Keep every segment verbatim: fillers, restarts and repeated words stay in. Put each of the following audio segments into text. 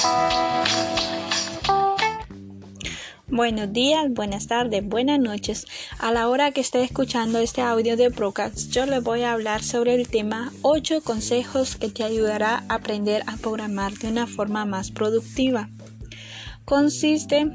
Buenos días, buenas tardes, buenas noches. A la hora que esté escuchando este audio de Procast, yo les voy a hablar sobre el tema ocho consejos que te ayudará a aprender a programar de una forma más productiva. Consiste,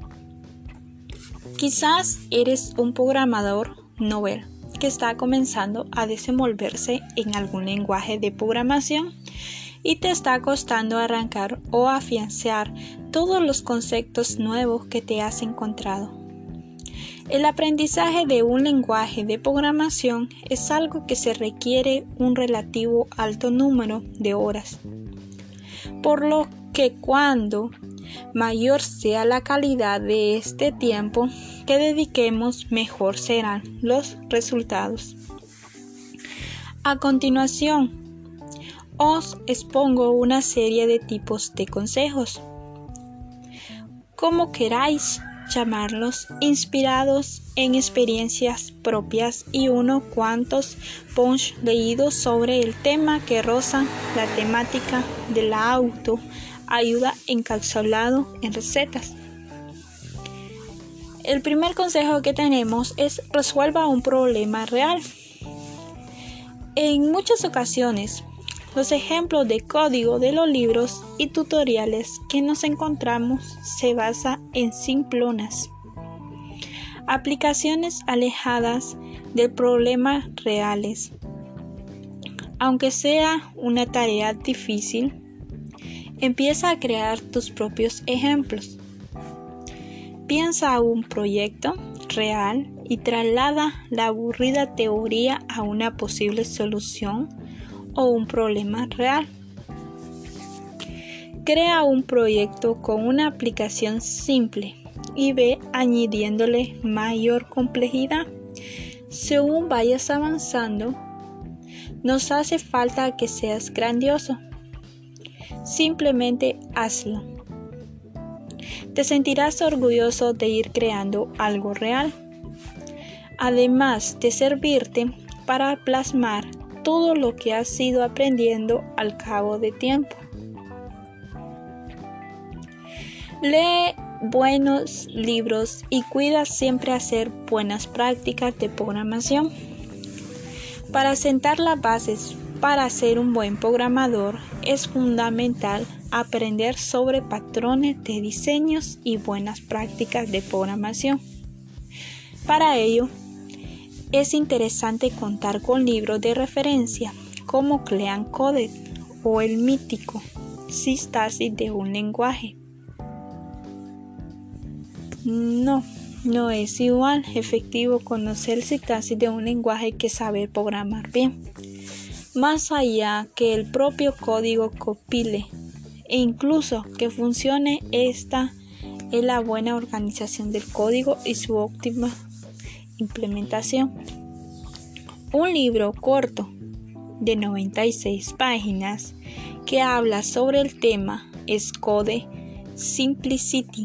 quizás eres un programador novel que está comenzando a desenvolverse en algún lenguaje de programación y te está costando arrancar o afianzar todos los conceptos nuevos que te has encontrado. El aprendizaje de un lenguaje de programación es algo que se requiere un relativo alto número de horas, por lo que cuando mayor sea la calidad de este tiempo que dediquemos, mejor serán los resultados. A continuación, os expongo una serie de tipos de consejos, como queráis llamarlos, inspirados en experiencias propias y unos cuantos punch leídos sobre el tema que rozan la temática de la autoayuda encapsulado en recetas. El primer consejo que tenemos es: resuelva un problema real. En muchas ocasiones, los ejemplos de código de los libros y tutoriales que nos encontramos se basan en simplonas aplicaciones alejadas del problema reales. Aunque sea una tarea difícil, empieza a crear tus propios ejemplos. Piensa un proyecto real y traslada la aburrida teoría a una posible solución o un problema real. Crea un proyecto con una aplicación simple y ve añadiéndole mayor complejidad. Según vayas avanzando, no hace falta que seas grandioso. Simplemente hazlo. Te sentirás orgulloso de ir creando algo real, además de servirte para plasmar todo lo que has ido aprendiendo al cabo de tiempo. Lee buenos libros y cuida siempre hacer buenas prácticas de programación. Para sentar las bases para ser un buen programador es fundamental aprender sobre patrones de diseños y buenas prácticas de programación. Para ello, es interesante contar con libros de referencia como Clean Code o el mítico Sintaxis de un lenguaje. No, no es igual efectivo conocer el sintaxis de un lenguaje que saber programar bien. Más allá que el propio código compile e incluso que funcione, esta es la buena organización del código y su óptima implementación. Un libro corto de noventa y seis páginas que habla sobre el tema es Code Simplicity,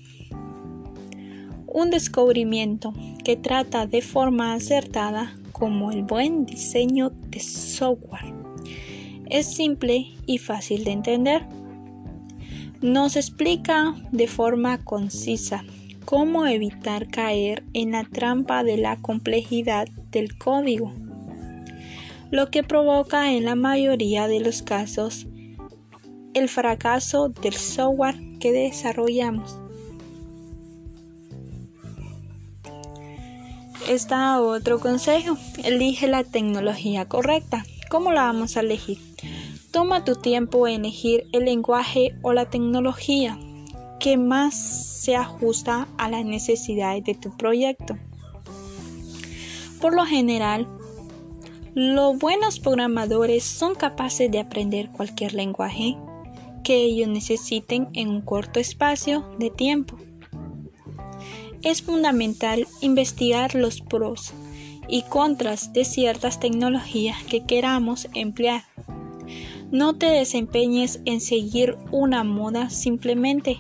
un descubrimiento que trata de forma acertada como el buen diseño de software. Es simple y fácil de entender. Nos explica de forma concisa cómo evitar caer en la trampa de la complejidad del código, lo que provoca en la mayoría de los casos el fracaso del software que desarrollamos. Está otro consejo: elige la tecnología correcta. ¿Cómo la vamos a elegir? Toma tu tiempo en elegir el lenguaje o la tecnología que más se ajusta a las necesidades de tu proyecto. Por lo general, los buenos programadores son capaces de aprender cualquier lenguaje que ellos necesiten en un corto espacio de tiempo. Es fundamental investigar los pros y contras de ciertas tecnologías que queramos emplear. No te desempeñes en seguir una moda simplemente.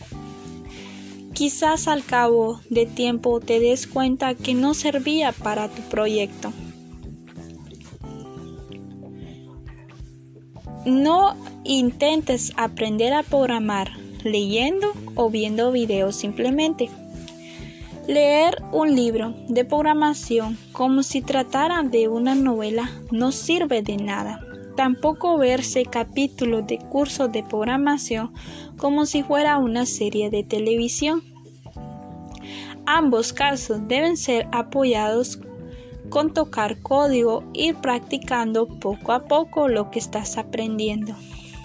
Quizás al cabo de tiempo te des cuenta que no servía para tu proyecto. No intentes aprender a programar leyendo o viendo videos simplemente. Leer un libro de programación como si tratara de una novela no sirve de nada. Tampoco verse capítulos de cursos de programación como si fuera una serie de televisión. Ambos casos deben ser apoyados con tocar código y ir practicando poco a poco lo que estás aprendiendo.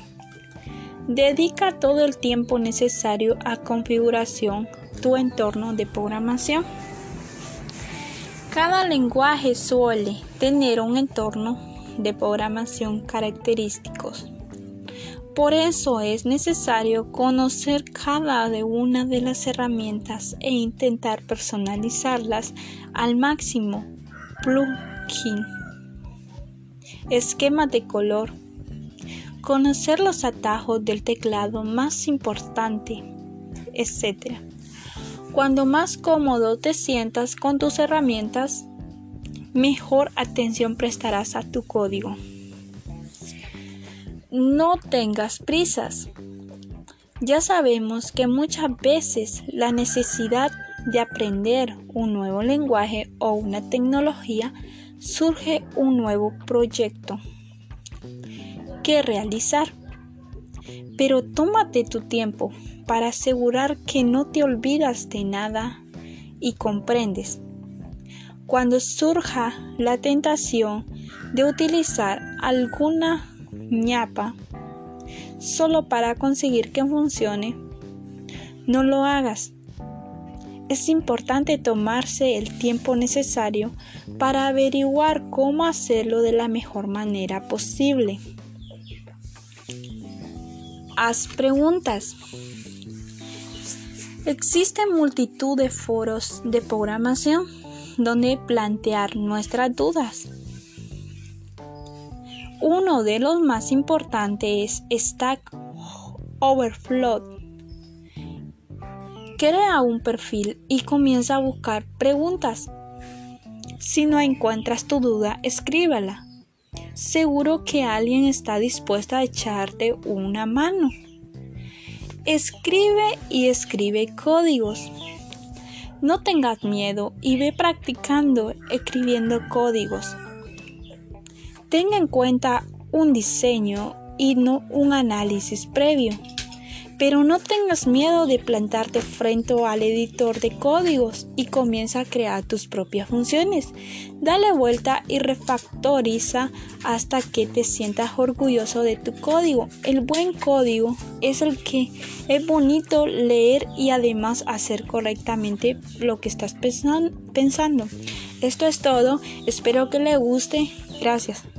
Dedica todo el tiempo necesario a configuración tu entorno de programación. Cada lenguaje suele tener un entorno de programación característicos. Por eso es necesario conocer cada una de las herramientas e intentar personalizarlas al máximo. Plugin, esquemas de color, conocer los atajos del teclado más importante, etcétera. Cuando más cómodo te sientas con tus herramientas, mejor atención prestarás a tu código. No tengas prisas. Ya sabemos que muchas veces la necesidad de aprender un nuevo lenguaje o una tecnología surge un nuevo proyecto que realizar. Pero tómate tu tiempo para asegurar que no te olvidas de nada y comprendes. Cuando surja la tentación de utilizar alguna ñapa solo para conseguir que funcione, no lo hagas. Es importante tomarse el tiempo necesario para averiguar cómo hacerlo de la mejor manera posible. Haz preguntas. Existen multitud de foros de programación donde plantear nuestras dudas. Uno de los más importantes es Stack Overflow. Crea un perfil y comienza a buscar preguntas. Si no encuentras tu duda, escríbela. Seguro que alguien está dispuesto a echarte una mano. Escribe y escribe códigos. No tengas miedo y ve practicando escribiendo códigos. Ten en cuenta un diseño y no un análisis previo. Pero no tengas miedo de plantarte frente al editor de códigos y comienza a crear tus propias funciones. Dale vuelta y refactoriza hasta que te sientas orgulloso de tu código. El buen código es el que es bonito leer y además hacer correctamente lo que estás pensando. Esto es todo. Espero que le guste. Gracias.